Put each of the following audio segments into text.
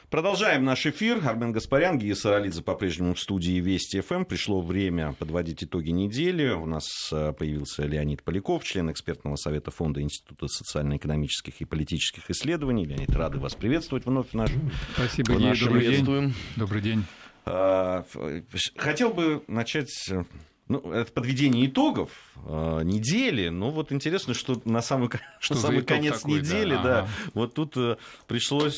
Продолжаем наш эфир. Армен Гаспарян, Гия Саралидзе по-прежнему в студии Вести ФМ. Пришло время подводить итоги недели. У нас появился Леонид Поляков, член экспертного совета Фонда Института социально-экономических и политических исследований. Леонид, рады вас приветствовать вновь в нашем Спасибо, Гия, добрый день. Добрый день. Хотел бы начать... это подведение итогов недели. Но вот интересно, что на самый конец такой, недели, да, вот тут пришлось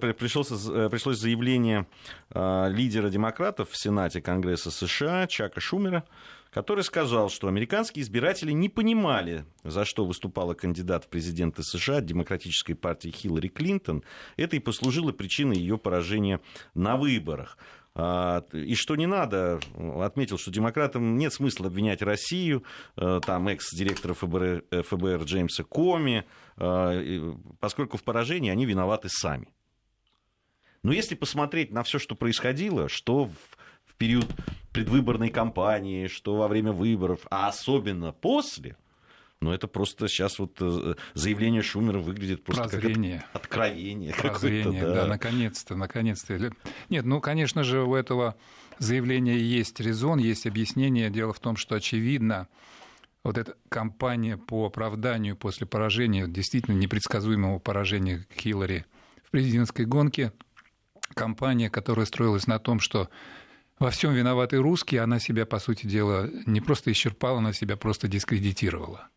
заявление лидера демократов в Сенате Конгресса США Чака Шумера, который сказал, что американские избиратели не понимали, за что выступала кандидат в президенты США от Демократической партии Хиллари Клинтон. Это и послужило причиной ее поражения на выборах. И что не надо, отметил, что демократам нет смысла обвинять Россию, там экс-директора ФБР Джеймса Коми, поскольку в поражении они виноваты сами. Но если посмотреть на все, что происходило, что в период предвыборной кампании, что во время выборов, а особенно после... это просто сейчас вот заявление Шумера выглядит просто прозрение. Как откровение. Прозрение, да, наконец-то. Нет, конечно же, у этого заявления есть резон, есть объяснение. Дело в том, что, очевидно, вот эта кампания по оправданию после поражения, действительно непредсказуемого поражения Хиллари в президентской гонке, кампания, которая строилась на том, что во всем виноваты русские, она себя, по сути дела, не просто исчерпала, она себя просто дискредитировала.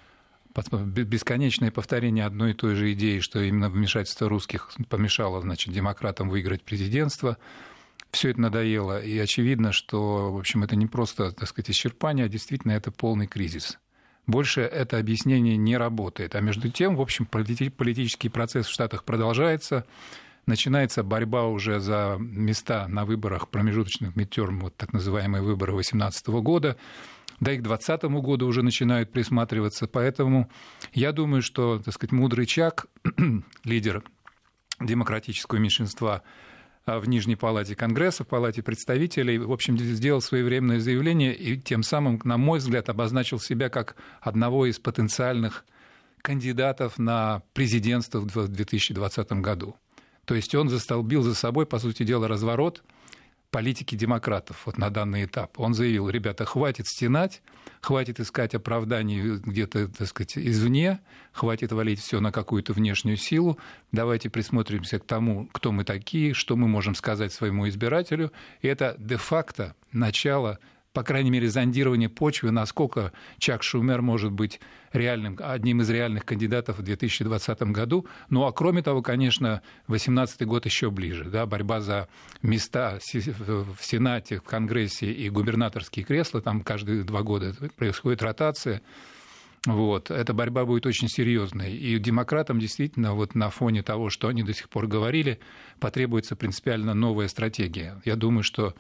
Бесконечное повторение одной и той же идеи, что именно вмешательство русских помешало, демократам выиграть президентство. Все это надоело, и очевидно, что, в общем, это не просто, исчерпание, а действительно это полный кризис. Больше это объяснение не работает. А между тем, в общем, политический процесс в Штатах продолжается. Начинается борьба уже за места на выборах промежуточных мидтерм, так называемые выборы 2018 года. Да и к 2020 году уже начинают присматриваться. Поэтому я думаю, что, мудрый Чак, лидер демократического меньшинства в Нижней палате Конгресса, в палате представителей, в общем, сделал своевременное заявление и тем самым, на мой взгляд, обозначил себя как одного из потенциальных кандидатов на президентство в 2020 году. То есть он застолбил за собой, по сути дела, разворот политики демократов на данный этап. Он заявил: ребята, хватит стенать, хватит искать оправданий где-то, извне, хватит валить все на какую-то внешнюю силу, давайте присмотримся к тому, кто мы такие, что мы можем сказать своему избирателю. И это де-факто начало, по крайней мере, зондирование почвы, насколько Чак Шумер может быть одним из реальных кандидатов в 2020 году. Ну, а кроме того, конечно, 2018 год еще ближе. Да, борьба за места в Сенате, в Конгрессе и губернаторские кресла, там каждые 2 года происходит ротация. Эта борьба будет очень серьезной. И демократам действительно, на фоне того, что они до сих пор говорили, потребуется принципиально новая стратегия. Я думаю, что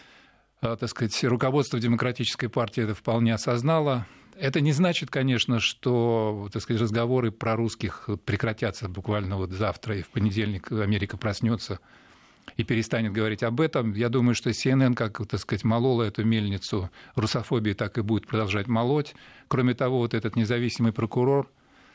руководство Демократической партии это вполне осознало. Это не значит, конечно, что, разговоры про русских прекратятся буквально завтра, и в понедельник Америка проснется и перестанет говорить об этом. Я думаю, что CNN, как, молола эту мельницу русофобии, так и будет продолжать молоть. Кроме того, этот независимый прокурор,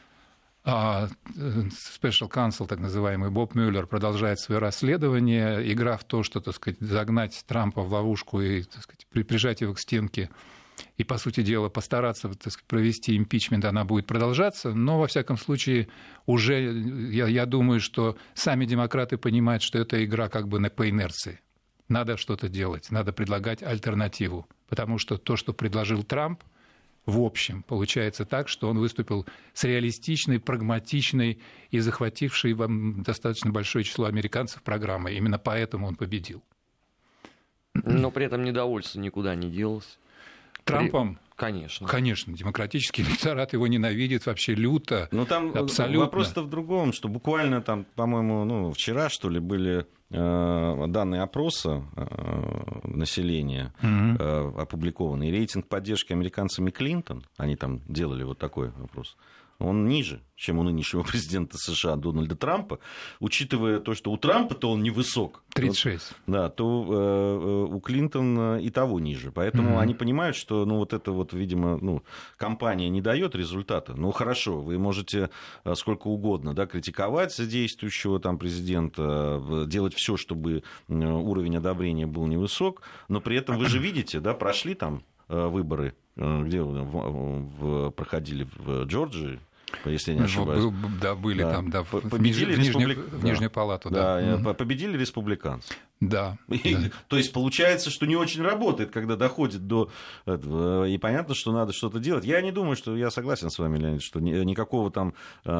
Special Counsel, так называемый Боб Мюллер, продолжает свое расследование. Игра в то, что, загнать Трампа в ловушку и, прижать его к стенке и, по сути дела, постараться, провести импичмент, она будет продолжаться. Но, во всяком случае, уже я думаю, что сами демократы понимают, что это игра по инерции. Надо что-то делать, надо предлагать альтернативу. Потому что то, что предложил Трамп, в общем, получается так, что он выступил с реалистичной, прагматичной и захватившей достаточно большое число американцев программой. Именно поэтому он победил. Но при этом недовольство никуда не делось. Трампом? Конечно. Конечно, демократический электорат его ненавидит вообще люто. Но там абсолютно. Вопрос-то в другом, что буквально там, по-моему, вчера, что ли, были данные опроса населения опубликованы, и рейтинг поддержки американцами Клинтон, они там делали такой опрос, он ниже, чем у нынешнего президента США Дональда Трампа, учитывая то, что у Трампа-то он невысок. 36. Да, то у Клинтон и того ниже. Поэтому они понимают, что вот это видимо, кампания не дает результата. Хорошо, вы можете сколько угодно, да, критиковать действующего там президента, делать все, чтобы уровень одобрения был невысок, но при этом вы же видите, да, прошли там выборы, где проходили в Джорджии, если я не ошибаюсь. Да, были там, да, победили в Нижнюю палату. Да, победили республиканцы. Да. То есть получается, что не очень работает, когда доходит до этого. И понятно, что надо что-то делать. Я не думаю, что я согласен с вами, Леонид, что никакого там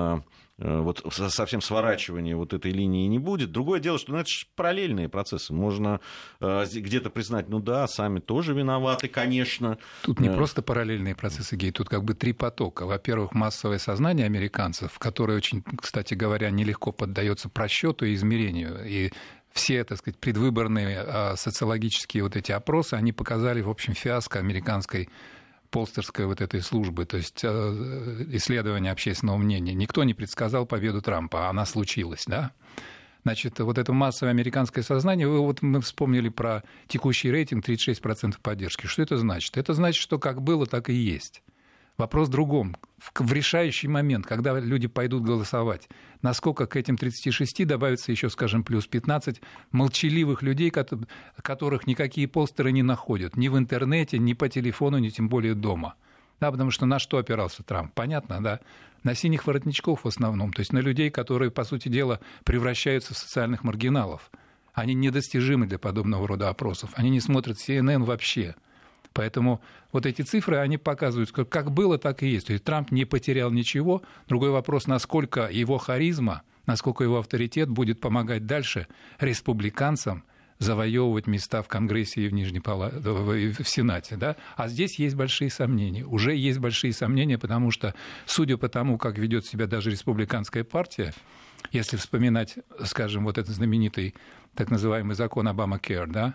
совсем сворачивания этой линии не будет. Другое дело, что это же параллельные процессы. Можно где-то признать, сами тоже виноваты, конечно. Тут не просто параллельные процессы, Гей, тут как бы три потока. Во-первых, массовое сознание американцев, которое очень, кстати говоря, нелегко поддается просчету и измерению. И все, так сказать, предвыборные социологические эти опросы, они показали, в общем, фиаско американской полстерской этой службы, то есть исследования общественного мнения. Никто не предсказал победу Трампа, а она случилась, да? Значит, это массовое американское сознание, мы вспомнили про текущий рейтинг 36% поддержки. Что это значит? Это значит, что как было, так и есть. Вопрос в другом. В решающий момент, когда люди пойдут голосовать, насколько к этим 36 добавится еще, скажем, плюс 15 молчаливых людей, которых никакие постеры не находят ни в интернете, ни по телефону, ни тем более дома. Да, потому что на что опирался Трамп? Понятно, да? На синих воротничков в основном, то есть на людей, которые, по сути дела, превращаются в социальных маргиналов. Они недостижимы для подобного рода опросов. Они не смотрят CNN вообще. Поэтому эти цифры, они показывают, как было, так и есть. То есть Трамп не потерял ничего. Другой вопрос, насколько его харизма, насколько его авторитет будет помогать дальше республиканцам завоевывать места в Конгрессе и в Нижней Палате, в Сенате. Да? А здесь есть большие сомнения. Уже есть большие сомнения, потому что, судя по тому, как ведет себя даже республиканская партия, если вспоминать, скажем, этот знаменитый так называемый закон Обама-Кэр, да,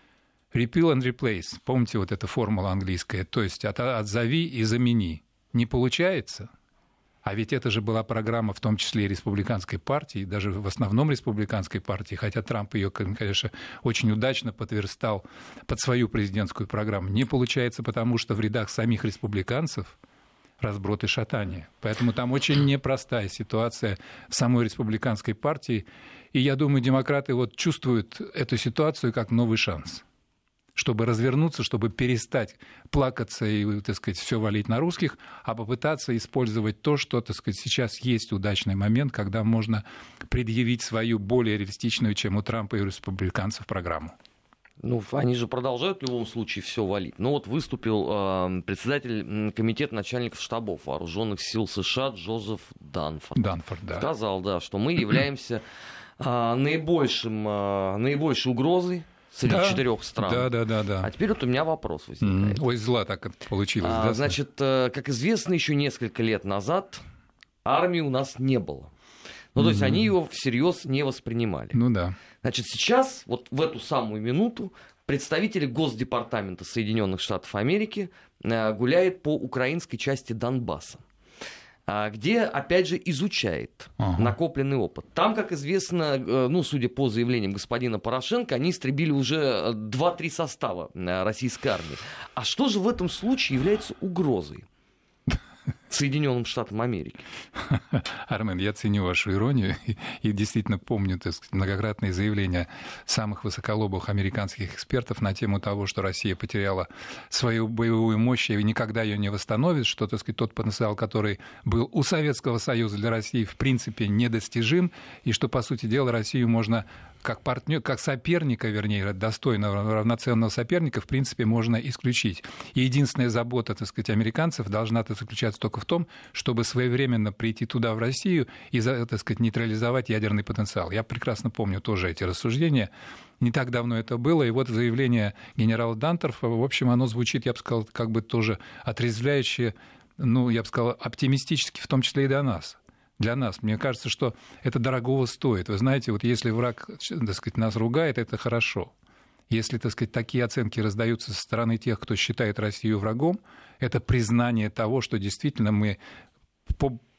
repeal and replace, помните эта формула английская, то есть отзови и замени. Не получается, а ведь это же была программа в том числе и республиканской партии, даже в основном республиканской партии, хотя Трамп ее, конечно, очень удачно подверстал под свою президентскую программу. Не получается, потому что в рядах самих республиканцев разброд и шатание. Поэтому там очень непростая ситуация в самой республиканской партии, и я думаю, демократы чувствуют эту ситуацию как новый шанс, чтобы развернуться, чтобы перестать плакаться и, так сказать, все валить на русских, а попытаться использовать то, что, так сказать, сейчас есть удачный момент, когда можно предъявить свою более реалистичную, чем у Трампа и у республиканцев, программу. Они же продолжают в любом случае все валить. Выступил председатель комитета начальников штабов вооруженных сил США Джозеф Данфорд. Да. Сказал, да, что мы являемся наибольшей угрозой среди 4 стран. Да. А теперь у меня вопрос возникает. Ой, зла так получилось. Да? Значит, как известно, еще несколько лет назад армии у нас не было. То есть они его всерьез не воспринимали. Да. Значит, сейчас, в эту самую минуту, представители Госдепартамента Соединенных Штатов Америки гуляет по украинской части Донбасса, где, опять же, изучает накопленный опыт. Там, как известно, судя по заявлениям господина Порошенко, они истребили уже 2-3 состава российской армии. А что же в этом случае является угрозой Соединенным Штатам Америки? Армен, я ценю вашу иронию и действительно помню, так сказать, многократные заявления самых высоколобых американских экспертов на тему того, что Россия потеряла свою боевую мощь и никогда ее не восстановит, что, так сказать, тот потенциал, который был у Советского Союза для России, в принципе, недостижим, и что, по сути дела, Россию можно как партнер, как соперника, вернее, достойного, равноценного соперника, в принципе, можно исключить. И единственная забота, так сказать, американцев должна заключаться только в том, чтобы своевременно прийти туда, в Россию, и, так сказать, нейтрализовать ядерный потенциал. Я прекрасно помню тоже эти рассуждения. Не так давно это было, и заявление генерала Данфорда, в общем, оно звучит, я бы сказал, как бы тоже отрезвляюще, я бы сказал, оптимистически, в том числе и для нас. Мне кажется, что это дорогого стоит. Вы знаете, если враг, так сказать, нас ругает, это хорошо. Если, так сказать, такие оценки раздаются со стороны тех, кто считает Россию врагом, это признание того, что действительно мы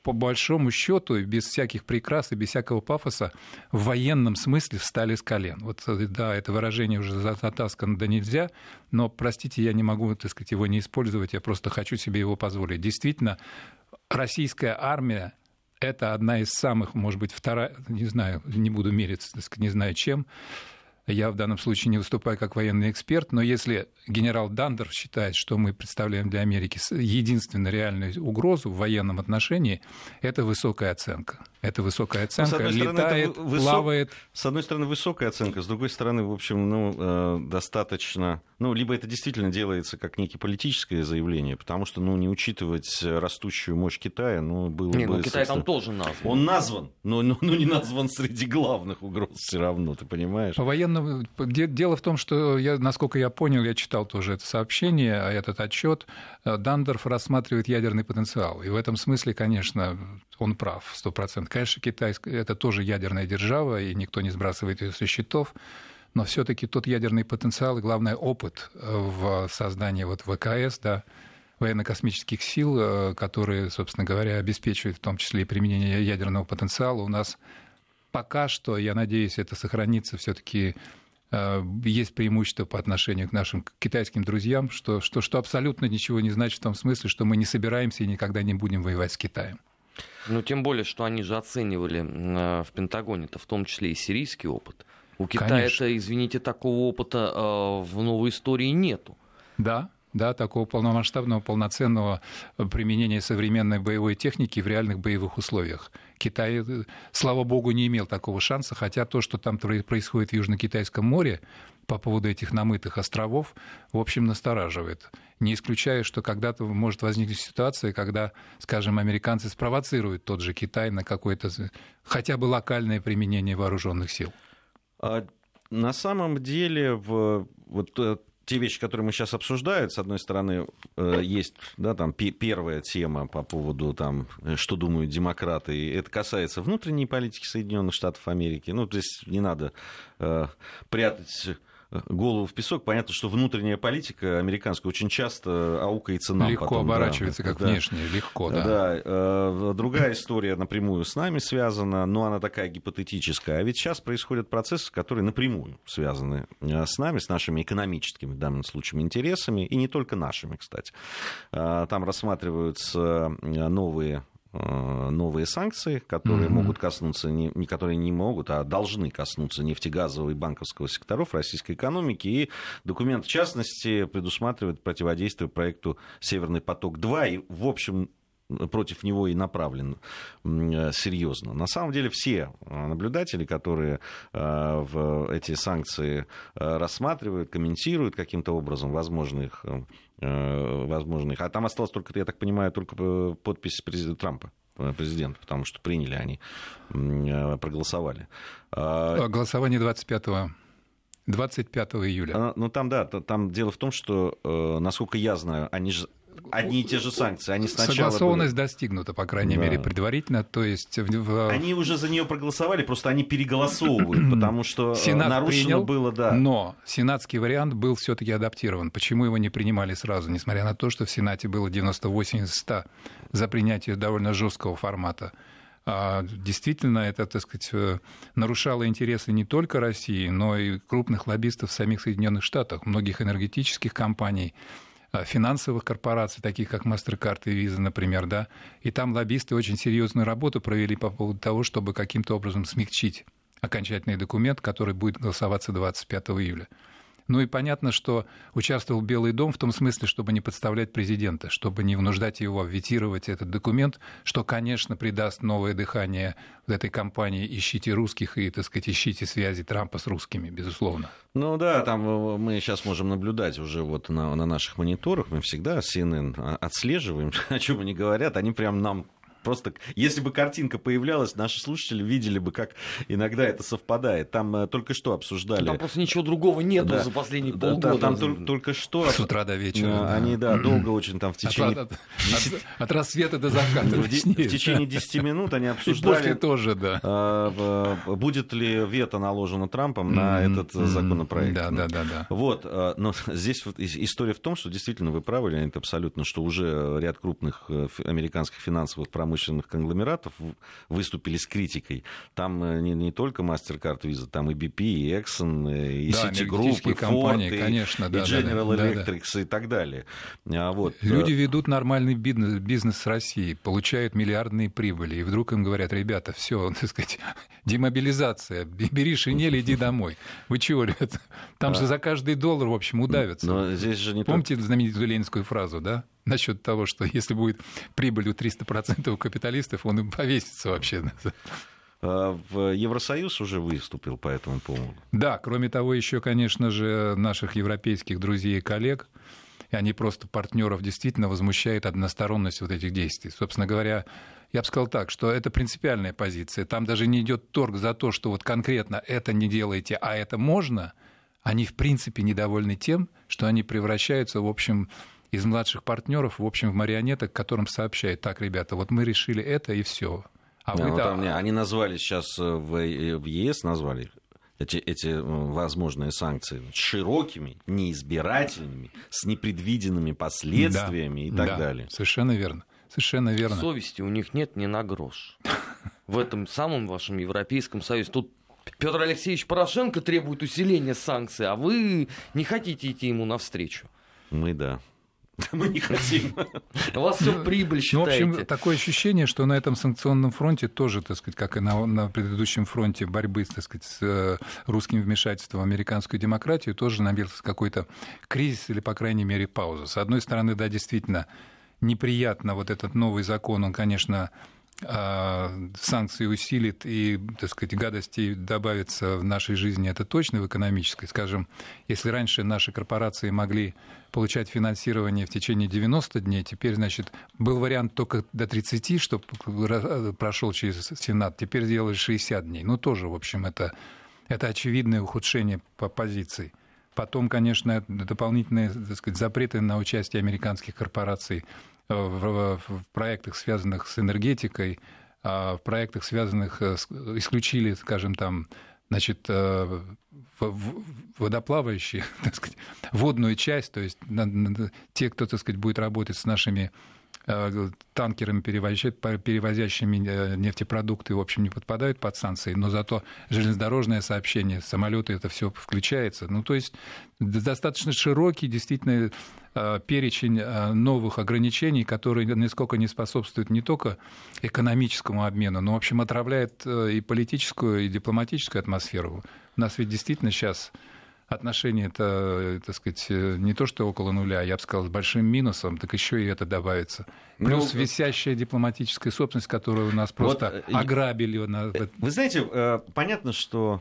по большому счету, без всяких прикрас и без всякого пафоса, в военном смысле встали с колен. Вот, да, это выражение уже затаскано да нельзя, но, простите, я не могу, так сказать, его не использовать, я просто хочу себе его позволить. Действительно, российская армия — это одна из самых, может быть, вторая, не знаю, не буду мериться, так сказать, не знаю чем. Я в данном случае не выступаю как военный эксперт, но если генерал Дандорф считает, что мы представляем для Америки единственную реальную угрозу в военном отношении, это высокая оценка. Это высокая оценка, летает, плавает. С одной стороны, высокая оценка, с другой стороны, в общем, достаточно... либо это действительно делается как некое политическое заявление, потому что, не учитывать растущую мощь Китая, было бы... Китай там тоже назван. Он назван, но не назван среди главных угроз все равно, ты понимаешь? По военному... Дело в том, что, насколько я понял, я читал тоже это сообщение, этот отчет, Дандорф рассматривает ядерный потенциал. И в этом смысле, конечно, он прав, 100%. Конечно, Китай — это тоже ядерная держава, и никто не сбрасывает ее со счетов. Но все-таки тот ядерный потенциал и, главное, опыт в создании ВКС, военно-космических сил, которые, собственно говоря, обеспечивают в том числе и применение ядерного потенциала, у нас пока что, я надеюсь, это сохранится, все-таки есть преимущество по отношению к нашим китайским друзьям, что абсолютно ничего не значит в том смысле, что мы не собираемся и никогда не будем воевать с Китаем. Тем более, что они же оценивали в Пентагоне-то в том числе и сирийский опыт. У Китая-то, извините, такого опыта в новой истории нету. Да, такого полномасштабного, полноценного применения современной боевой техники в реальных боевых условиях. Китай, слава богу, не имел такого шанса, хотя то, что там происходит в Южно-Китайском море по поводу этих намытых островов, в общем, настораживает. Не исключаю, что когда-то может возникнуть ситуация, когда, скажем, американцы спровоцируют тот же Китай на какое-то хотя бы локальное применение вооруженных сил. На самом деле, те вещи, которые мы сейчас обсуждаем, с одной стороны, есть первая тема по поводу, что думают демократы. Это касается внутренней политики Соединенных Штатов Америки. Здесь не надо прятать голову в песок. Понятно, что внутренняя политика американская очень часто аукается нам. Легко потом, оборачивается, как внешняя, легко, да. Другая история напрямую с нами связана, но она такая гипотетическая. А ведь сейчас происходят процессы, которые напрямую связаны с нами, с нашими экономическими, в данном случае, интересами, и не только нашими, кстати. Там рассматриваются новые санкции, которые могут коснуться, которые не могут, а должны коснуться нефтегазового и банковского секторов российской экономики. И документ, в частности, предусматривает противодействие проекту «Северный поток-2». И, в общем, против него и направлен серьезно. На самом деле все наблюдатели, которые эти санкции рассматривают, комментируют каким-то образом возможных. А там осталась только, я так понимаю, только подпись Трампа, президента, потому что приняли они, проголосовали. Голосование 25 июля. Там дело в том, что, насколько я знаю, они же одни и те же санкции. Они сначала согласованность достигнута, по крайней мере, предварительно. То есть... Они уже за нее проголосовали, просто они переголосовывают, потому что Сенат нарушено принял, было... Но сенатский вариант был все-таки адаптирован. Почему его не принимали сразу, несмотря на то, что в Сенате было 98 из 100 за принятие довольно жесткого формата? Действительно, это, так сказать, нарушало интересы не только России, но и крупных лоббистов в самих Соединенных Штатах, многих энергетических компаний, финансовых корпораций, таких как MasterCard и Visa, например, да, и там лоббисты очень серьезную работу провели по поводу того, чтобы каким-то образом смягчить окончательный документ, который будет голосоваться 25 июля. И понятно, что участвовал Белый дом в том смысле, чтобы не подставлять президента, чтобы не вынуждать его ветировать этот документ, что, конечно, придаст новое дыхание этой кампании «Ищите русских» и, так сказать, «Ищите связи Трампа с русскими», безусловно. Там мы сейчас можем наблюдать уже на наших мониторах, мы всегда CNN отслеживаем, о чем они говорят, они прям нам... Просто, если бы картинка появлялась, наши слушатели видели бы, как иногда это совпадает. Там только что обсуждали... Там просто ничего другого нету за последние полгода. Там только что... С утра до вечера. Они, долго очень там в течение... От рассвета до заката. В течение 10 минут они обсуждали... И после тоже, да. Будет ли вето наложено Трампом на этот законопроект. Да. Но здесь история в том, что действительно вы правы, Леонид, абсолютно, что уже ряд крупных американских финансовых промышленных промышленных конгломератов выступили с критикой. Там не только MasterCard, Visa, там и BP, и Exxon, и Citigroup, и Ford, конечно, и General Electric и так далее. Люди ведут нормальный бизнес с Россией, получают миллиардные прибыли, и вдруг им говорят: ребята, все, так сказать, демобилизация, бери шинель, иди домой. Вы чего, ребята? Там же за каждый доллар, в общем, удавятся. Но здесь же не Помните знаменитую ленинскую фразу, да? Насчет того, что если будет прибыль у 300% у капиталистов, он им повесится вообще. Евросоюз уже выступил по этому поводу. Да, кроме того, еще, конечно же, наших европейских друзей и коллег, и они просто партнеров действительно возмущает односторонность вот этих действий. Собственно говоря, я бы сказал так, что это принципиальная позиция. Там даже не идет торг за то, что вот конкретно это не делаете, а это можно. Они, в принципе, недовольны тем, что они превращаются, в общем, из младших партнеров, в общем, в марионеток, которым сообщают: так, ребята, вот мы решили это, и все. Они назвали сейчас в ЕС, назвали эти возможные санкции широкими, неизбирательными, с непредвиденными последствиями и так далее. Совершенно верно. Совершенно верно. Совести у них нет ни на грош. В этом самом вашем Европейском Союзе. Тут Петр Алексеевич Порошенко требует усиления санкций, а вы не хотите идти ему навстречу. Мы не хотим. У вас все прибыль, считаете. В общем, такое ощущение, что на этом санкционном фронте тоже, так сказать, как и на предыдущем фронте борьбы, так сказать, с русским вмешательством в американскую демократию, тоже набился какой-то кризис или, по крайней мере, пауза. С одной стороны, да, действительно неприятно вот этот новый закон, он, конечно, санкции усилит и, так сказать, гадостей добавится в нашей жизни, это точно, в экономической. Скажем, если раньше наши корпорации могли получать финансирование в течение 90 дней, теперь, значит, был вариант только до 30, чтобы прошел через Сенат, теперь сделали 60 дней. Ну, тоже, в общем, это очевидное ухудшение по позиции. Потом, конечно, дополнительные, так сказать, запреты на участие американских корпораций в проектах, связанных с энергетикой, в проектах, связанных исключили, скажем, там, значит, водоплавающие, так сказать, водную часть, то есть те, кто, так сказать, будет работать с нашими танкерами, перевозящими нефтепродукты, в общем, не подпадают под санкции, но зато железнодорожное сообщение, самолеты, это все включается. Ну, то есть достаточно широкий, действительно, перечень новых ограничений, которые нисколько не способствуют не только экономическому обмену, но, в общем, отравляет и политическую, и дипломатическую атмосферу. У нас ведь действительно сейчас отношения, это, так сказать, не то что около нуля, я бы сказал, с большим минусом, так еще и это добавится. Плюс висящая дипломатическая собственность, которую у нас просто ограбили. Вы знаете, понятно, что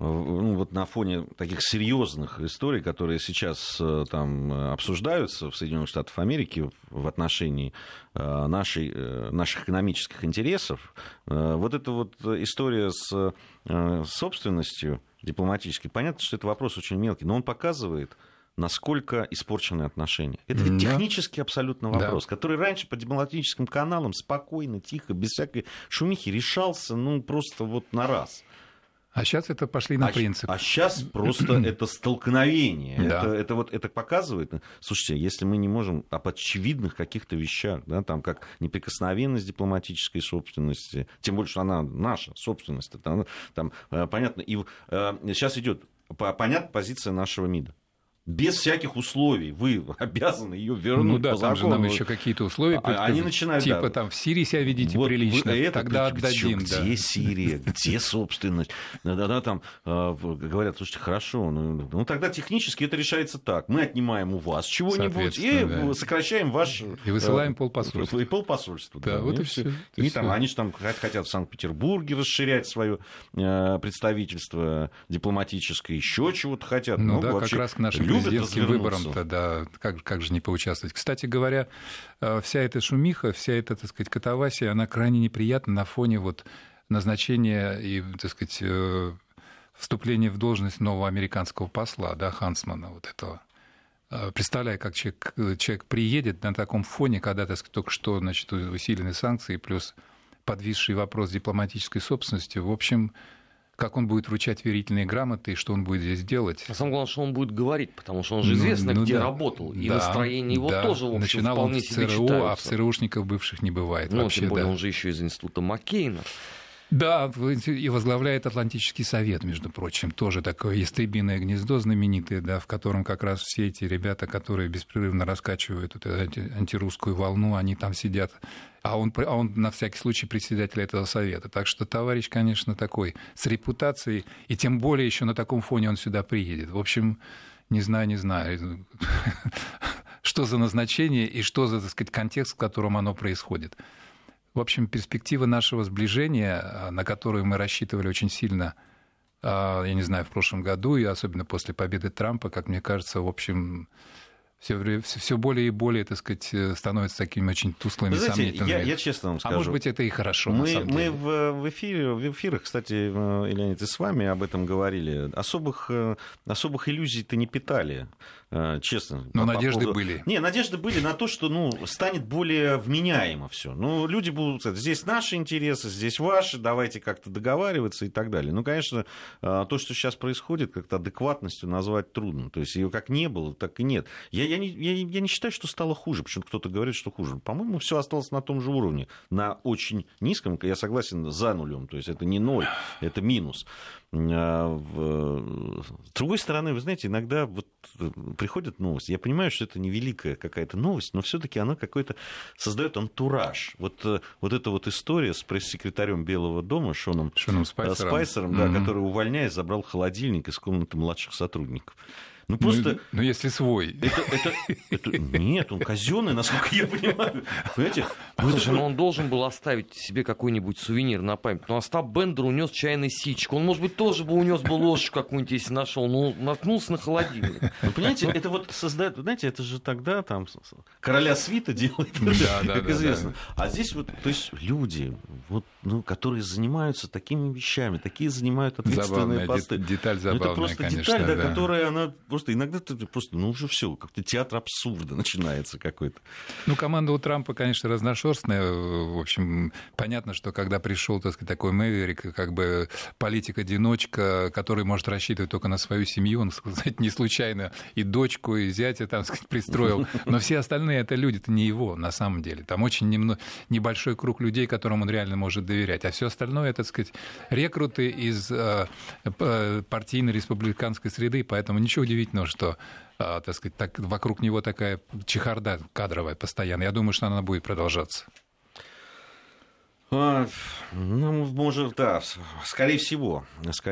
вот на фоне таких серьезных историй, которые сейчас там обсуждаются в Соединенных Штатах Америки в отношении наших экономических интересов, вот эта вот история с собственностью дипломатической, понятно, что это вопрос очень мелкий, но он показывает, насколько испорчены отношения. Это ведь технический абсолютно вопрос, который раньше по дипломатическим каналам спокойно, тихо, без всякой шумихи решался, ну, просто вот на раз. А сейчас это пошли на принцип. А сейчас просто это столкновение. Да. Это показывает. Слушайте, если мы не можем об очевидных каких-то вещах, да, там, как неприкосновенность дипломатической собственности, тем более, что она наша собственность, это, там, понятно. И сейчас идет понятна позиция нашего МИДа. Без всяких условий вы обязаны ее вернуть. Ну да, по там закону. же нам еще какие-то условия. Они начинают, типа там в Сирии себя ведите вот прилично, тогда отдадим. Где Сирия, где собственность? Да, там говорят, слушайте, хорошо, ну тогда технически это решается так. Мы отнимаем у вас чего-нибудь и сокращаем ваш... И высылаем полпосольства. И полпосольства. Да, вот и все. И там, они же там хотят в Санкт-Петербурге расширять свое представительство дипломатическое, еще чего-то хотят. Ну да, как раз к нашим президентским выборам-то, да, как же не поучаствовать. Кстати говоря, вся эта шумиха, вся эта, так сказать, катавасия, она крайне неприятна на фоне вот назначения и, так сказать, вступления в должность нового американского посла, да, Хансмана вот этого. Представляю, как человек приедет на таком фоне, когда, так сказать, только что, значит, усилены санкции, плюс подвисший вопрос дипломатической собственности. В общем, как он будет вручать верительные грамоты и что он будет здесь делать. А самое главное, что он будет говорить, потому что он же известно, где работал. И настроение его тоже, в общем, начинал вполне он в себе ЦРУ, читаются. а в ЦРУшников бывших не бывает. Вообще, тем более он же еще из института Маккейна. Да, и возглавляет Атлантический совет, между прочим, тоже такое ястребиное гнездо знаменитое, да, в котором как раз все эти ребята, которые беспрерывно раскачивают эту антирусскую волну, они там сидят, а он на всякий случай председатель этого совета. Так что товарищ, конечно, такой с репутацией, и тем более еще на таком фоне он сюда приедет. В общем, не знаю, что за назначение и что за, так сказать, контекст, в котором оно происходит. В общем, перспектива нашего сближения, на которую мы рассчитывали очень сильно, я не знаю, в прошлом году, и особенно после победы Трампа, как мне кажется, в общем, все более и более, так сказать, становятся такими очень тусклыми, сомнительными. Я честно вам скажу. А может быть, это и хорошо, на самом деле. Мы в эфирах, кстати, Леонид, и с вами об этом говорили, особых иллюзий-то не питали. Честно. Но надежды были. Не, надежды были на то, что станет более вменяемо все. Люди будут сказать, здесь наши интересы, здесь ваши, давайте как-то договариваться и так далее. Конечно, то, что сейчас происходит, как-то адекватностью назвать трудно. То есть ее как не было, так и нет. Я не считаю, что стало хуже, почему кто-то говорит, что хуже. По-моему, все осталось на том же уровне, на очень низком, я согласен, за нулем. То есть это не ноль, это минус. С другой стороны, вы знаете, иногда приходит новость. Я понимаю, что это не великая какая-то новость, но все-таки она какой-то создает антураж. Вот эта история с пресс-секретарем Белого дома Шоном Спайсером, да, который, увольняясь, забрал холодильник из комнаты младших сотрудников. Просто... Ну, если свой. Нет, он казенный, насколько я понимаю. Понимаете? Слушай, он должен был оставить себе какой-нибудь сувенир на память. Остап Бендер унес чайный ситчик. Он, может быть, тоже бы унес бы ложку какую-нибудь, если нашел, но наткнулся на холодильник. Понимаете, это создает, знаете, это же тогда там короля свита делает, как известно. А здесь то есть люди, которые занимаются такими вещами, такие занимают ответственные посты. Деталь забавная, это просто деталь, которая она... Просто иногда это просто, уже все, как-то театр абсурда начинается какой-то. Команда у Трампа, конечно, разношерстная. В общем, понятно, что когда пришел, так сказать, такой мэверик, как бы политик-одиночка, который может рассчитывать только на свою семью, он, сказать, не случайно и дочку, и зятя, там, сказать, пристроил. Но все остальные это люди-то не его, на самом деле. Там очень небольшой круг людей, которым он реально может доверять. А все остальное, так сказать, рекруты из партийно-республиканской среды, поэтому ничего удивительного, что, так сказать, вокруг него такая чехарда кадровая постоянно. Я думаю, что она будет продолжаться. Может, да, скорее всего.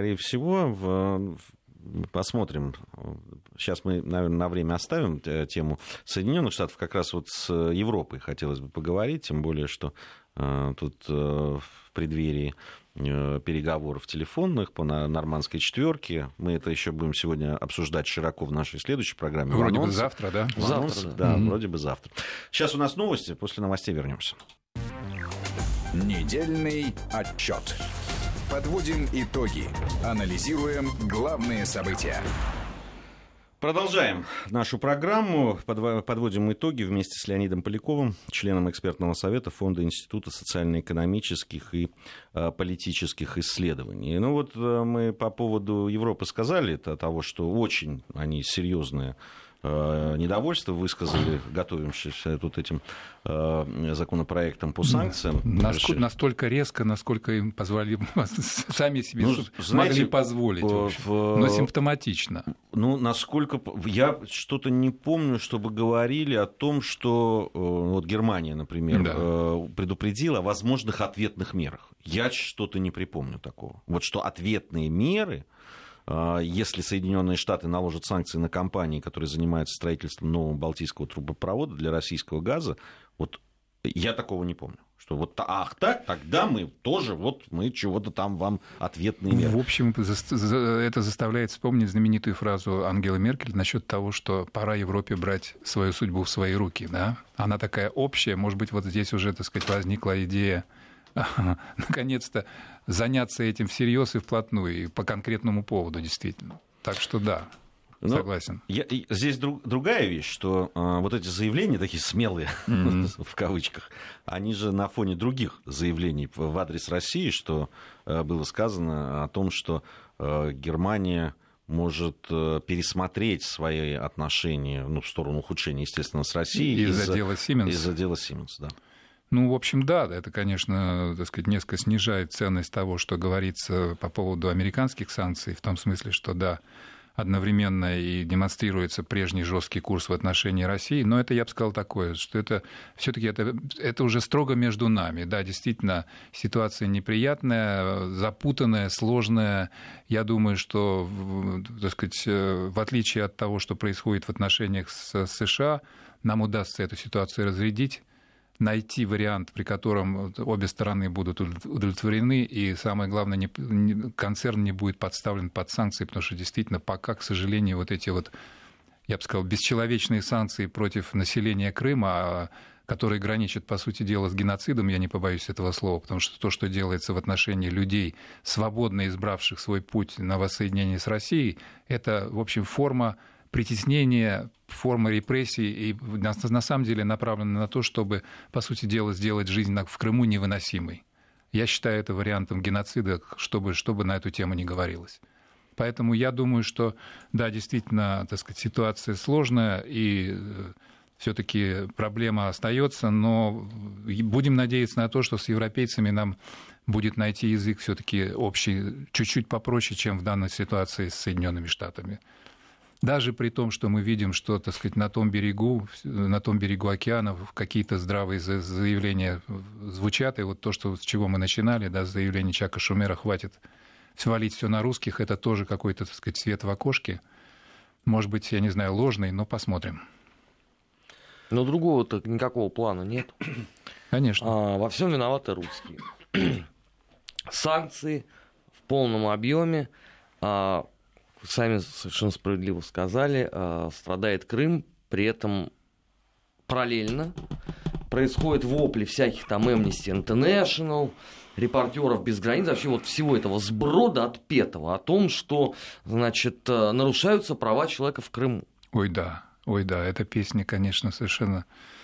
Посмотрим. Сейчас мы, наверное, на время оставим тему Соединенных Штатов. Как раз с Европой хотелось бы поговорить, тем более, что тут в преддверии переговоров телефонных по нормандской четверке. Мы это еще будем сегодня обсуждать широко в нашей следующей программе. Вроде бы завтра, да? Завтра, да. Вроде бы завтра. Сейчас у нас новости, после новостей вернемся. Недельный отчет. Подводим итоги. Анализируем главные события. Продолжаем нашу программу. Подводим итоги вместе с Леонидом Поляковым, членом экспертного совета Фонда Института социально-экономических и политических исследований. Мы по поводу Европы сказали того, что очень они серьезные недовольство высказали, готовившись тут этим законопроектом по санкциям. Настолько резко, насколько им позволили, сами себе смогли позволить, но симптоматично. Насколько... Я что-то не помню, чтобы говорили о том, что Германия, например, предупредила о возможных ответных мерах. Я что-то не припомню такого. Что ответные меры... Если Соединенные Штаты наложат санкции на компании, которые занимаются строительством нового Балтийского трубопровода для российского газа, я такого не помню. Что тогда мы тоже, мы чего-то там вам ответные меры. В общем, это заставляет вспомнить знаменитую фразу Ангелы Меркель насчет того, что пора Европе брать свою судьбу в свои руки. Да? Она такая общая, может быть, здесь уже, так сказать, возникла идея наконец-то заняться этим всерьез и вплотную, и по конкретному поводу, действительно. Так что да. Согласен. Здесь другая вещь, что вот эти заявления, такие смелые, в кавычках, они же на фоне других заявлений в адрес России, что было сказано о том, что Германия может пересмотреть свои отношения, в сторону ухудшения, естественно, с Россией. Из-за дела Siemens. Из-за дела Siemens, да. В общем, да, это, конечно, так сказать, несколько снижает ценность того, что говорится по поводу американских санкций, в том смысле, что, да, одновременно и демонстрируется прежний жесткий курс в отношении России, но это, я бы сказал, такое, что это все-таки это уже строго между нами. Да, действительно, ситуация неприятная, запутанная, сложная. Я думаю, что, так сказать, в отличие от того, что происходит в отношениях с США, нам удастся эту ситуацию разрядить, найти вариант, при котором обе стороны будут удовлетворены, и самое главное, концерн не будет подставлен под санкции, потому что действительно пока, к сожалению, вот эти вот, я бы сказал, бесчеловечные санкции против населения Крыма, которые граничат, по сути дела, с геноцидом, я не побоюсь этого слова, потому что то, что делается в отношении людей, свободно избравших свой путь на воссоединение с Россией, это, в общем, форма притеснения, форма репрессий, и на самом деле направлена на то, чтобы, по сути дела, сделать жизнь в Крыму невыносимой. Я считаю это вариантом геноцида, чтобы на эту тему не говорилось. Поэтому я думаю, что, да, действительно, так сказать, ситуация сложная, и все-таки проблема остается, но будем надеяться на то, что с европейцами нам будет найти язык все-таки общий, чуть-чуть попроще, чем в данной ситуации с Соединенными Штатами. Даже при том, что мы видим, что, так сказать, на том берегу океана какие-то здравые заявления звучат, и вот то, с чего мы начинали, да, заявление Чака Шумера, хватит свалить все на русских, это тоже какой-то, так сказать, свет в окошке. Может быть, я не знаю, ложный, но посмотрим. Но другого-то никакого плана нет. Конечно. Во всем виноваты русские. Санкции в полном объеме. Сами совершенно справедливо сказали, страдает Крым, при этом параллельно происходят вопли всяких там Amnesty International, репортеров без границ, вообще вот всего этого сброда отпетого о том, что, значит, нарушаются права человека в Крыму. Ой, да, эта песня, конечно, совершенно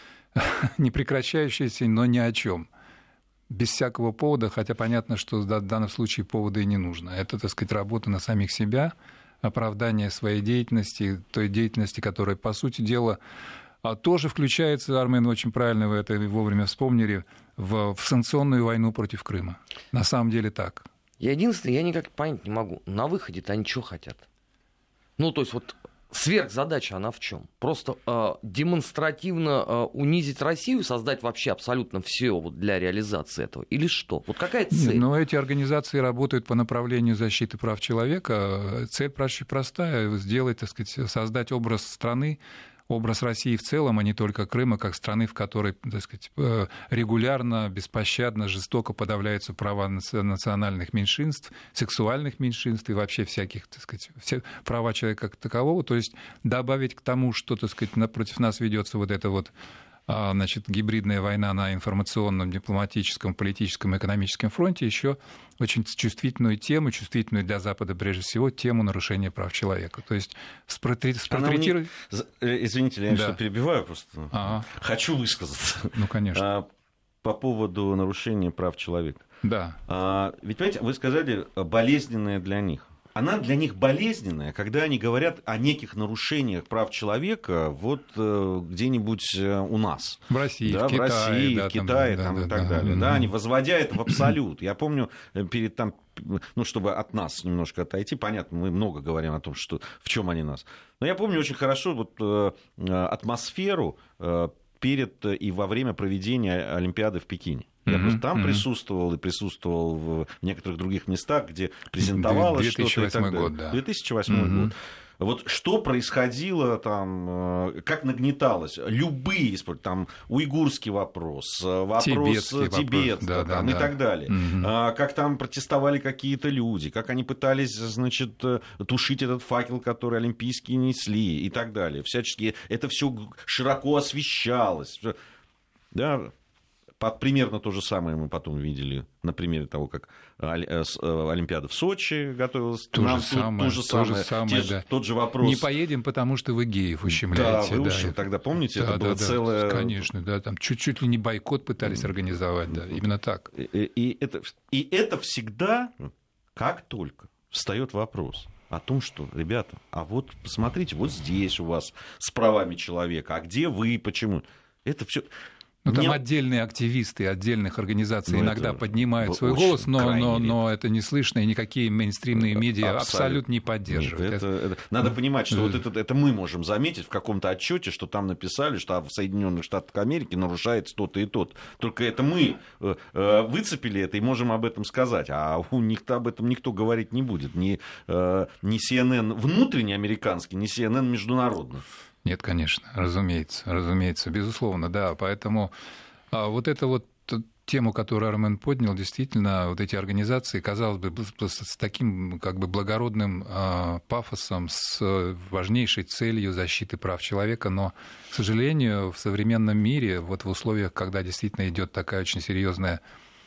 не прекращающаяся, но ни о чем. Без всякого повода, хотя понятно, что в данном случае повода и не нужно. Это, так сказать, работа на самих себя, оправдание своей деятельности, той деятельности, которая, по сути дела, тоже включается, Армен, очень правильно вы это вовремя вспомнили, в санкционную войну против Крыма. На самом деле так. Я никак понять не могу. На выходе-то они что хотят? То есть вот сверхзадача, она в чем? Просто демонстративно унизить Россию, создать вообще абсолютно все для реализации этого? Или что? Вот какая цель? Но эти организации работают по направлению защиты прав человека. Цель простая — сделать, так сказать, создать образ страны, образ России в целом, а не только Крыма, как страны, в которой, так сказать, регулярно, беспощадно, жестоко подавляются права национальных меньшинств, сексуальных меньшинств и вообще всяких, так сказать, все права человека как такового. То есть добавить к тому, что, так сказать, против нас ведется вот эта вот, значит, гибридная война на информационном, дипломатическом, политическом и экономическом фронте, еще очень чувствительную тему, чувствительную для Запада прежде всего, тему нарушения прав человека. То есть спортретировать... Извините, я что перебиваю, просто хочу высказаться. Конечно. По поводу нарушения прав человека. Да. Ведь, понимаете, вы сказали, болезненная для них. Она для них болезненная, когда они говорят о неких нарушениях прав человека вот где-нибудь у нас. В России, да, в Китае. В Китае и так далее. Да, они возводя это в абсолют. Я помню, перед там, чтобы от нас немножко отойти, понятно, мы много говорим о том, что, в чем они нас. Но я помню очень хорошо вот, атмосферу перед и во время проведения Олимпиады в Пекине. Я просто там присутствовал и присутствовал в некоторых других местах, где презентовалось что-то. 2008 год, да. 2008 год. Вот что происходило там, как нагнеталось, любые, там, уйгурский вопрос, тибетский да, там, и так далее. Как там протестовали какие-то люди, как они пытались, значит, тушить этот факел, который олимпийские несли, и так далее. Всячески это все широко освещалось. Да. примерно то же самое мы потом видели на примере того, как Олимпиада в Сочи готовилась. То же самое. Тот же вопрос. Не поедем, потому что вы геев ущемляете. Да, вы уж тогда помните, это было целое... Конечно, да, там чуть ли не бойкот пытались организовать, да, именно так. И это всегда, как только встает вопрос о том, что, ребята, а вот посмотрите, вот здесь у вас с правами человека, а где вы, почему? Это все. Ну, там отдельные активисты отдельных организаций иногда поднимают свой голос, но это не слышно, и никакие мейнстримные медиа абсолютно не поддерживают. Надо понимать, что вот это мы можем заметить в каком-то отчете, что там написали, что в Соединенных Штатах Америки нарушается то-то и то-то. Только это мы выцепили это и можем об этом сказать, а у них-то об этом никто говорить не будет. Ни CNN внутренний американский, ни CNN международный. Нет, конечно, разумеется, безусловно, да. Поэтому вот эту вот тему, которую Армен поднял, действительно, вот эти организации, казалось бы, с таким как бы благородным пафосом, с важнейшей целью защиты прав человека, но, к сожалению, в современном мире, вот в условиях, когда действительно идет такая очень серьезная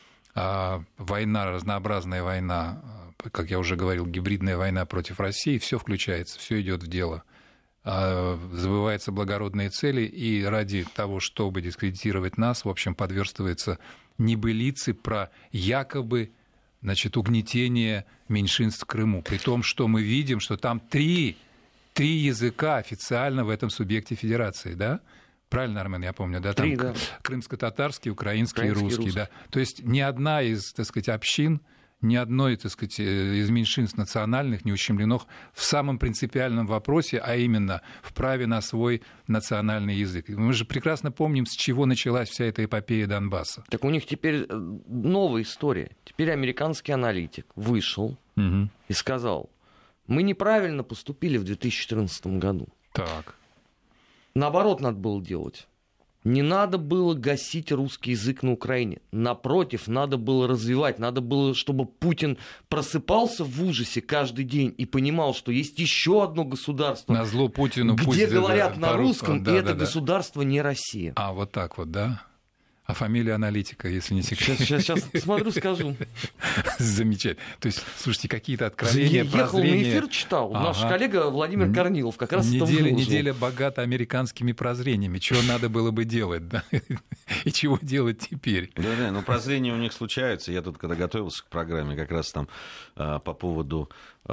война, разнообразная война, как я уже говорил, гибридная война против России, все включается, все идет в дело. Забываются благородные цели, и ради того, чтобы дискредитировать нас, в общем, подверстываются небылицы про якобы, значит, угнетение меньшинств в Крыму. При том, что мы видим, что там три языка официально в этом субъекте федерации, да? Правильно, Армен, я помню, да? Там да. Крымско-татарский, украинский и русский, да? То есть ни одна из, так сказать, общин, ни одной, так сказать, из меньшинств национальных не ущемлено в самом принципиальном вопросе, а именно в праве на свой национальный язык. Мы же прекрасно помним, с чего началась вся эта эпопея Донбасса. Так у них теперь новая история. Теперь американский аналитик вышел и сказал, мы неправильно поступили в 2014 году. Так. Наоборот надо было делать. Не надо было гасить русский язык на Украине. Напротив, надо было развивать. Надо было, чтобы Путин просыпался в ужасе каждый день и понимал, что есть еще одно государство, назло Путину, где говорят на русском, и это государство не Россия. А, вот так вот, да? А фамилия аналитика, если не секрет? Сейчас смотрю, скажу. Замечательно. То есть, слушайте, какие-то откровения, Я ехал прозрения... на эфир, читал. Наш коллега Владимир Корнилов как раз это выложил. Неделя богата американскими прозрениями. Чего надо было бы делать, да? И чего делать теперь? Да, но прозрения у них случаются. Я тут, когда готовился к программе, как раз там по поводу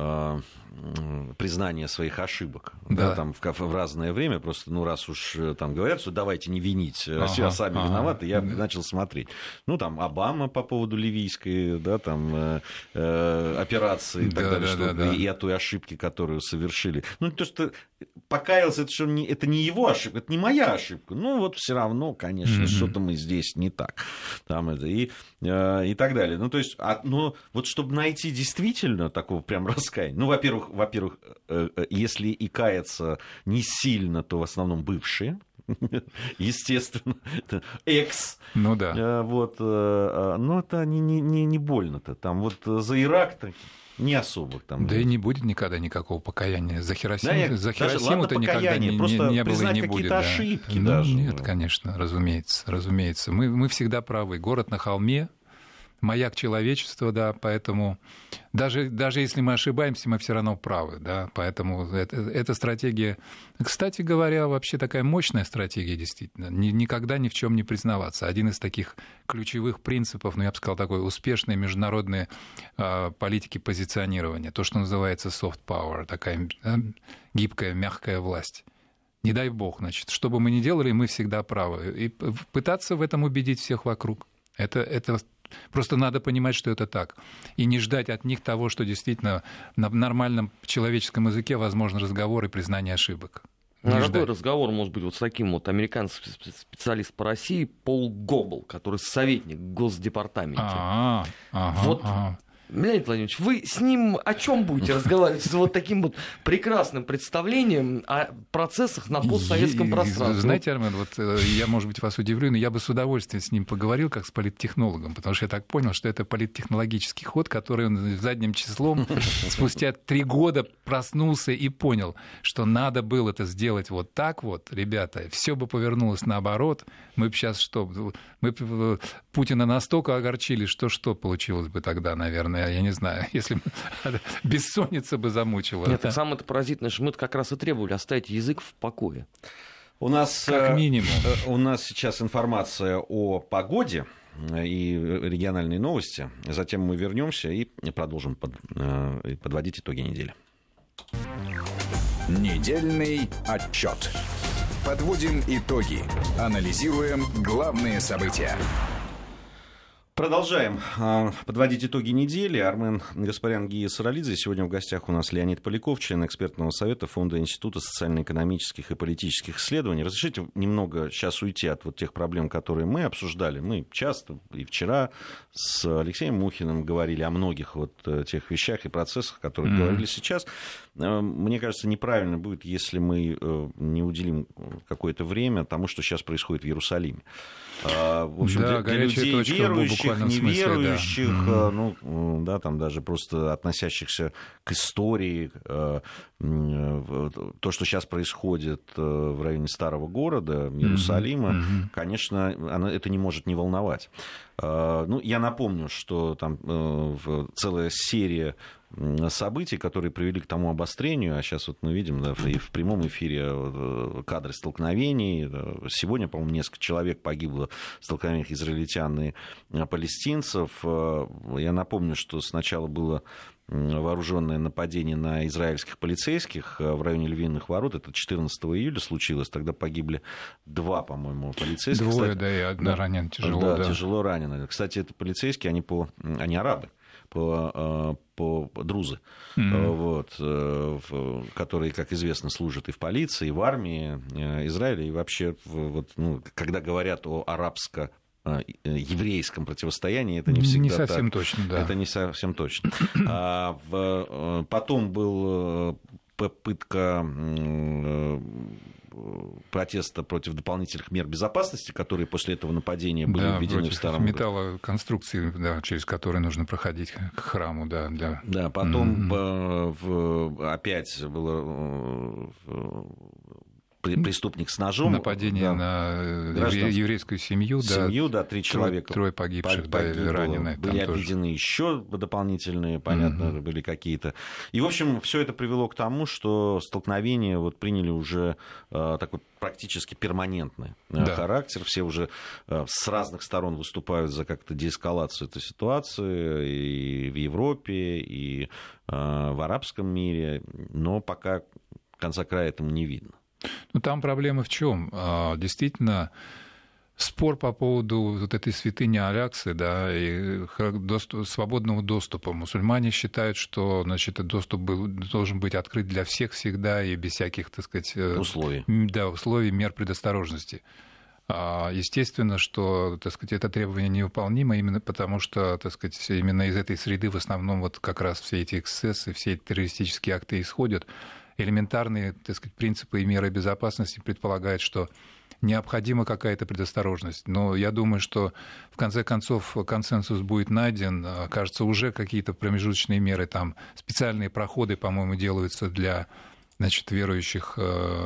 признания своих ошибок. Да. Там в разное время. Просто, раз уж там говорят, что давайте не винить Россию, а сами виноваты, я начал смотреть. Там Обама по поводу ливийской, да, там операции и так далее, и о той ошибке, которую совершили. То, что покаялся, это не его ошибка, это не моя ошибка. Все равно, конечно, что-то мы здесь не так. Там это, и так далее. То есть, но вот чтобы найти действительно такого прям раскаяния, во-первых, если и каяться не сильно, то в основном бывшие, естественно, экс. Ну да. Но это не больно-то. Там вот за Ирак-то не особо. Там, да и не будет никогда никакого покаяния. За Хиросиму-то никогда не было и не будет. Какие-то ошибки даже. Нет, конечно, разумеется. Мы всегда правы. Город на холме, маяк человечества, да, поэтому даже если мы ошибаемся, мы все равно правы, да, поэтому эта стратегия, кстати говоря, вообще такая мощная стратегия, действительно, никогда ни в чем не признаваться. Один из таких ключевых принципов, я бы сказал, такой успешной международной политики позиционирования, то, что называется soft power, такая гибкая, мягкая власть. Не дай бог, значит, что бы мы ни делали, мы всегда правы. И пытаться в этом убедить всех вокруг, это просто надо понимать, что это так. И не ждать от них того, что действительно на нормальном человеческом языке возможен разговор и признание ошибок. Какой разговор может быть с таким американским специалистом по России Пол Гоббл, который советник в Госдепартаменте? Леонид Владимирович, вы с ним о чем будете разговаривать? С вот таким вот прекрасным представлением о процессах на постсоветском пространстве. Знаете, Армен, вот я, может быть, вас удивлю, но я бы с удовольствием с ним поговорил, как с политтехнологом, потому что я так понял, что это политтехнологический ход, который он задним числом спустя 3 года проснулся и понял, что надо было это сделать вот так вот, ребята, все бы повернулось наоборот, мы бы сейчас что, мы Путина настолько огорчили, что получилось бы тогда, наверное, я не знаю, если бессонница бы замучила. Нет, так самое-то поразительное, что мы-то как раз и требовали оставить язык в покое. У нас, как минимум. У нас сейчас информация о погоде и региональные новости. Затем мы вернемся и продолжим подводить итоги недели. Недельный отчет. Подводим итоги. Анализируем главные события. Продолжаем подводить итоги недели. Армен Гаспарян, Гия Саралидзе. Сегодня в гостях у нас Леонид Поляков, член экспертного совета Фонда Института социально-экономических и политических исследований. Разрешите немного сейчас уйти от вот тех проблем, которые мы обсуждали. Мы часто и вчера с Алексеем Мухиным говорили о многих вот тех вещах и процессах, о которых говорили сейчас. Мне кажется, неправильно будет, если мы не уделим какое-то время тому, что сейчас происходит в Иерусалиме. В общем, да, для людей верующих, неверующих, смысле, ну, да, там даже просто относящихся к истории, то, что сейчас происходит в районе Старого города, Иерусалима, конечно, это не может не волновать. Ну, я напомню, что там целая серия событий, которые привели к тому обострению, а сейчас вот мы видим, да, и в прямом эфире кадры столкновений. Сегодня, по-моему, несколько человек погибло в столкновениях израильтян и палестинцев. Я напомню, что сначала было вооруженное нападение на израильских полицейских в районе Львиных ворот. Это 14 июля случилось. Тогда погибли 2, по-моему, полицейских. 2, да, и 1 ранен тяжело. Да, тяжело ранены. Кстати, это полицейские, они арабы. По друзы, вот, которые, как известно, служат и в полиции, и в армии Израиля. И вообще, вот, ну, когда говорят о арабско-еврейском противостоянии, это не всегда не совсем так. Точно, да. Это не совсем точно. Потом была попытка протеста против дополнительных мер безопасности, которые после этого нападения были введены в Старом городе. Металлоконструкции, да, через которые нужно проходить к храму. Да, да. Да, потом опять было преступник с ножом. Нападение на еврейскую семью. Семью, да, 3 человека. 3 погибших, да, ранены. Были обведены еще дополнительные, понятно, были какие-то. И, в общем, все это привело к тому, что столкновения вот приняли уже такой практически перманентный характер. Все уже с разных сторон выступают за как-то деэскалацию этой ситуации и в Европе, и в арабском мире, но пока конца края этому не видно. Ну, там проблема в чем? Действительно, спор по поводу вот этой святыни Аляксы, да, и свободного доступа. Мусульмане считают, что, значит, этот доступ должен быть открыт для всех всегда и без всяких, так сказать, условий. Да, условий, мер предосторожности. Естественно, что, так сказать, это требование невыполнимо именно потому, что, так сказать, именно из этой среды в основном вот как раз все эти эксцессы, все эти террористические акты исходят. Элементарные, так сказать, принципы и меры безопасности предполагают, что необходима какая-то предосторожность. Но я думаю, что в конце концов консенсус будет найден. Кажется, уже какие-то промежуточные меры, там специальные проходы, по-моему, делаются для, значит, верующих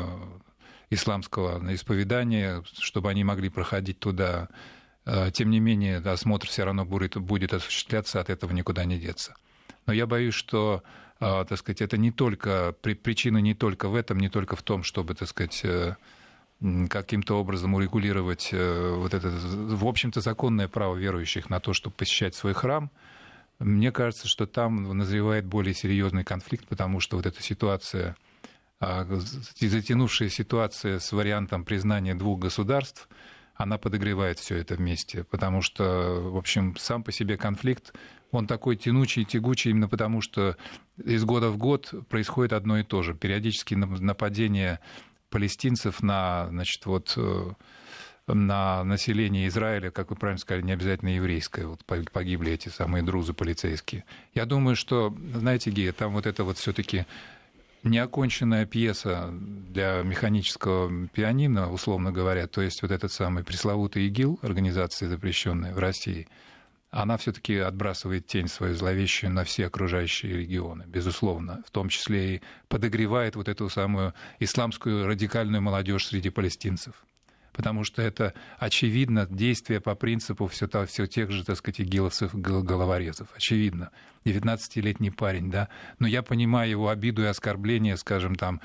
исламского исповедания, чтобы они могли проходить туда. Тем не менее, осмотр все равно будет осуществляться, от этого никуда не деться. Но я боюсь, что, так сказать, это не только, причина не только в этом, не только в том, чтобы, так сказать, каким-то образом урегулировать вот это, в общем-то, законное право верующих на то, чтобы посещать свой храм. Мне кажется, что там назревает более серьезный конфликт, потому что вот эта ситуация, затянувшая ситуация с вариантом признания 2 государств, она подогревает все это вместе, потому что, в общем, сам по себе конфликт, он такой тянучий, тягучий, именно потому что из года в год происходит одно и то же. Периодически нападения палестинцев на, значит, вот, на население Израиля, как вы правильно сказали, не обязательно еврейское. Вот погибли эти самые друзы полицейские. Я думаю, что, знаете, Гея, там вот это вот все-таки неоконченная пьеса для механического пианино, условно говоря, то есть вот этот самый пресловутый ИГИЛ, организация запрещенная в России, она все-таки отбрасывает тень свою зловещую на все окружающие регионы, безусловно, в том числе и подогревает вот эту самую исламскую радикальную молодежь среди палестинцев. Потому что это, очевидно, действие по принципу все тех же, так сказать, игиловцев-головорезов. Очевидно. 19-летний парень, да. Но я понимаю его обиду и оскорбление, скажем, там,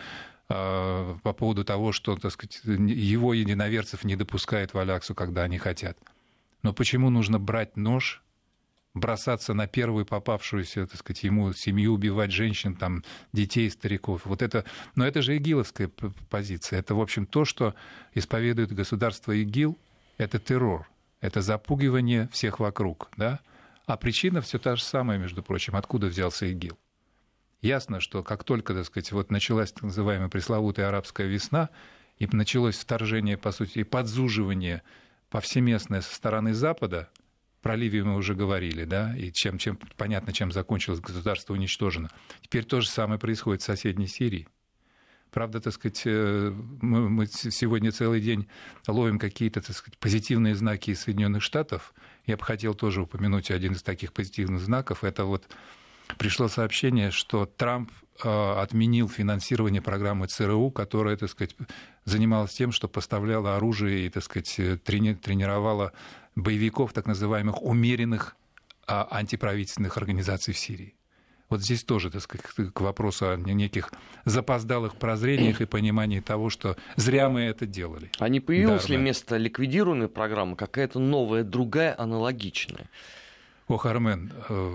по поводу того, что, так сказать, его единоверцев не допускают в Аляксу, когда они хотят. Но почему нужно брать нож, бросаться на первую попавшуюся, так сказать, ему семью, убивать женщин, там, детей, стариков? Вот это, но это же игиловская позиция. Это, в общем, то, что исповедует государство ИГИЛ, это террор, это запугивание всех вокруг, да? А причина все та же самая, между прочим, откуда взялся ИГИЛ. Ясно, что как только, так сказать, вот началась так называемая пресловутая арабская весна, и началось вторжение, по сути, и подзуживание повсеместное со стороны Запада, про Ливию мы уже говорили, да, и понятно, чем закончилось государство уничтожено. Теперь то же самое происходит в соседней Сирии. Правда, так сказать, мы сегодня целый день ловим какие-то, так сказать, позитивные знаки из Соединенных Штатов. Я бы хотел тоже упомянуть один из таких позитивных знаков. Это вот пришло сообщение, что Трамп отменил финансирование программы ЦРУ, которая, так сказать, занималась тем, что поставляла оружие и, так сказать, тренировала боевиков, так называемых умеренных антиправительственных организаций в Сирии. Вот здесь тоже, так сказать, к вопросу о неких запоздалых прозрениях и понимании того, что зря мы это делали. А не появилась ли вместо ликвидированной программы какая-то новая, другая, аналогичная? Ох, Армен,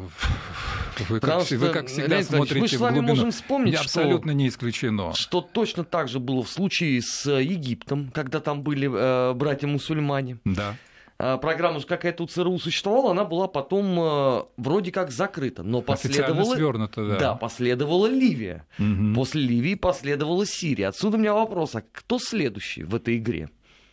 вы как всегда Леонид смотрите мы с вами в глубину. можем вспомнить, абсолютно не исключено. Что точно так же было в случае с Египтом, когда там были братья-мусульмане. Да. Программа же какая-то у ЦРУ существовала, она была потом вроде как закрыта. Но последовала... свернута, да. Да, последовала Ливия. Угу. После Ливии последовала Сирия. Отсюда у меня вопрос, а кто следующий в этой игре?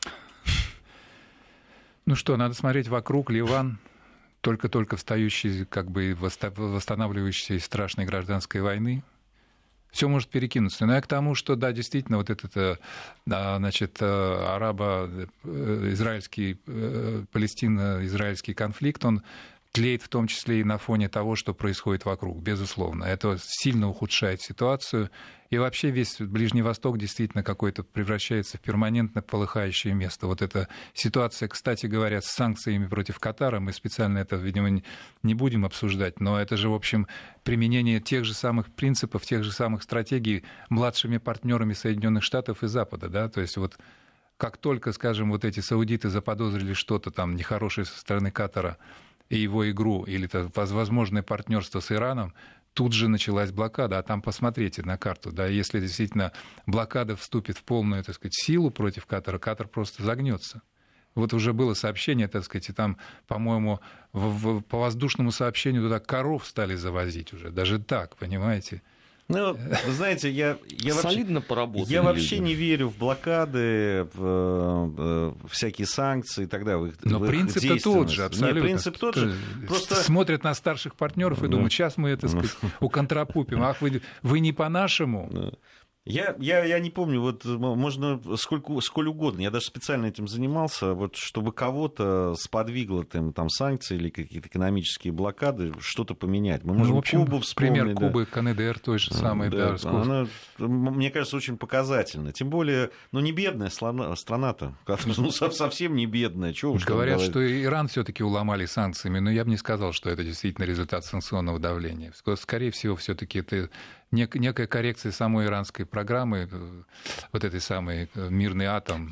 Ну что, надо смотреть вокруг. Ливан, только-только встающий, как бы восстанавливающийся из страшной гражданской войны. Все может перекинуться. Но я к тому, что, да, действительно, вот этот, значит, арабо-израильский, палестино-израильский конфликт, он тлеет в том числе и на фоне того, что происходит вокруг, безусловно. Это сильно ухудшает ситуацию. И вообще весь Ближний Восток действительно какой-то превращается в перманентно полыхающее место. Вот эта ситуация, кстати говоря, с санкциями против Катара, мы специально это, видимо, не будем обсуждать, но это же, в общем, применение тех же самых принципов, тех же самых стратегий младшими партнерами Соединенных Штатов и Запада, да, то есть вот как только, скажем, вот эти саудиты заподозрили что-то там нехорошее со стороны Катара, и его игру, или возможное партнерство с Ираном, тут же началась блокада. А там посмотрите на карту. Да, если действительно блокада вступит в полную, так сказать, силу против Катара, Катар просто загнется. Вот уже было сообщение, так сказать, и там, по-моему, по воздушному сообщению туда коров стали завозить уже. Даже так, понимаете? Ну, вы знаете, я солидно поработали. Я вообще не верю в блокады, в всякие санкции и так далее. Но принцип тот же, абсолютно. Нет, принцип тот же. Просто смотрят на старших партнеров и думают, сейчас мы это, сказать, уконтрапупим. Ах, вы не по-нашему. Я не помню, вот можно сколь угодно, я даже специально этим занимался, вот чтобы кого-то сподвигло там санкции или какие-то экономические блокады, что-то поменять. Мы можем, в общем, Кубу вспомнить. Пример Кубы, КНДР той же самой. Да, она, мне кажется, очень показательна. Тем более, не бедная страна-то, совсем не бедная. Говорят, что Иран все-таки уломали санкциями, но я бы не сказал, что это действительно результат санкционного давления. Скорее всего, все-таки это некая коррекция самой иранской программы, вот этой самой «Мирный атом».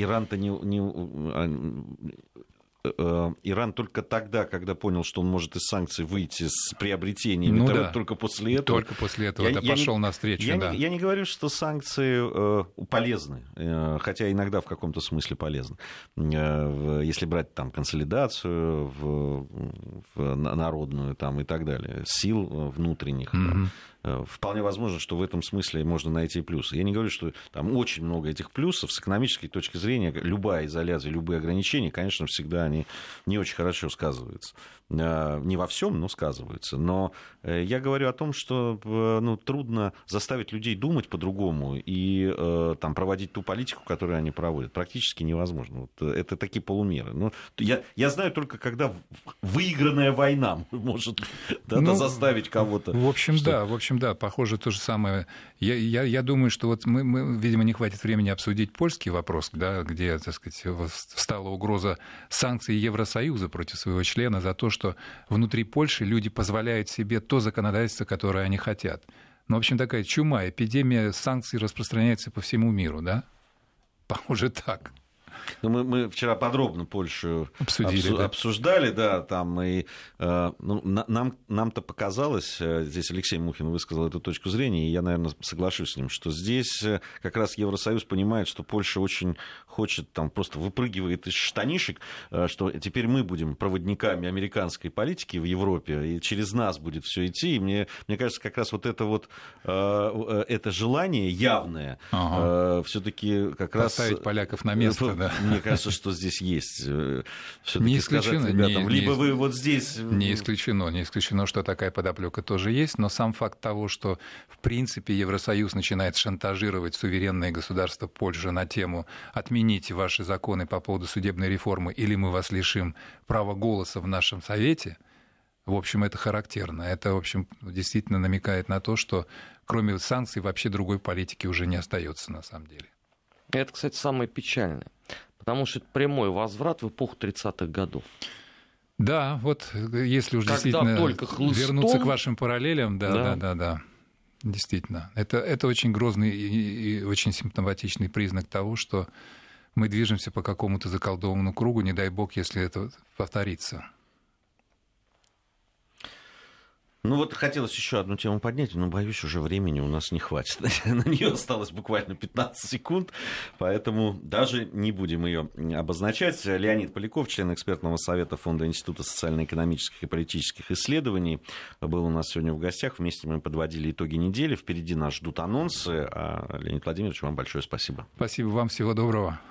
Иран только тогда, когда понял, что он может из санкций выйти с приобретениями, только после этого. Только после этого пошел навстречу. Я не говорю, что санкции полезны, хотя иногда в каком-то смысле полезны. Если брать там консолидацию народную там, и так далее, сил внутренних. вполне возможно, что в этом смысле можно найти плюсы. Я не говорю, что там очень много этих плюсов. С экономической точки зрения любая изоляция, любые ограничения, конечно, всегда они не очень хорошо сказываются. Не во всем, но сказываются. Но я говорю о том, что трудно заставить людей думать по-другому и там, проводить ту политику, которую они проводят. Практически невозможно. Вот это такие полумеры. Но я знаю только, когда выигранная война может заставить кого-то. В общем, да, похоже, то же самое. Я думаю, что вот мы, видимо, не хватит времени обсудить польский вопрос, да, где, так сказать, встала угроза санкций Евросоюза против своего члена за то, что внутри Польши люди позволяют себе то законодательство, которое они хотят. Ну, в общем, такая чума, эпидемия санкций распространяется по всему миру, да? Похоже, так. Мы вчера подробно Польшу обсуждали, да, там и нам-то показалось, здесь Алексей Мухин высказал эту точку зрения, и я, наверное, соглашусь с ним, что здесь как раз Евросоюз понимает, что Польша очень хочет, там просто выпрыгивает из штанишек, что теперь мы будем проводниками американской политики в Европе, и через нас будет все идти, и мне кажется, как раз вот это желание явное все-таки как раз... Поставить поляков на место, да. Мне кажется, что здесь есть. Не исключено, ребятам, либо вы вот здесь... Не исключено, что такая подоплека тоже есть, но сам факт того, что в принципе Евросоюз начинает шантажировать суверенное государство Польши на тему «отмените ваши законы по поводу судебной реформы, или мы вас лишим права голоса в нашем Совете», в общем, это характерно. Это, в общем, действительно намекает на то, что кроме санкций вообще другой политики уже не остается на самом деле. Это, кстати, самое печальное. Потому что это прямой возврат в эпоху 30-х годов. Да, вот если уж действительно вернуться к вашим параллелям, да. Действительно. Это очень грозный и очень симптоматичный признак того, что мы движемся по какому-то заколдованному кругу, не дай бог, если это повторится. Ну вот хотелось еще одну тему поднять, но, боюсь, уже времени у нас не хватит. На нее осталось буквально 15 секунд, поэтому даже не будем ее обозначать. Леонид Поляков, член экспертного совета Фонда Института социально-экономических и политических исследований, был у нас сегодня в гостях. Вместе мы подводили итоги недели. Впереди нас ждут анонсы. Леонид Владимирович, вам большое спасибо. Спасибо вам, всего доброго.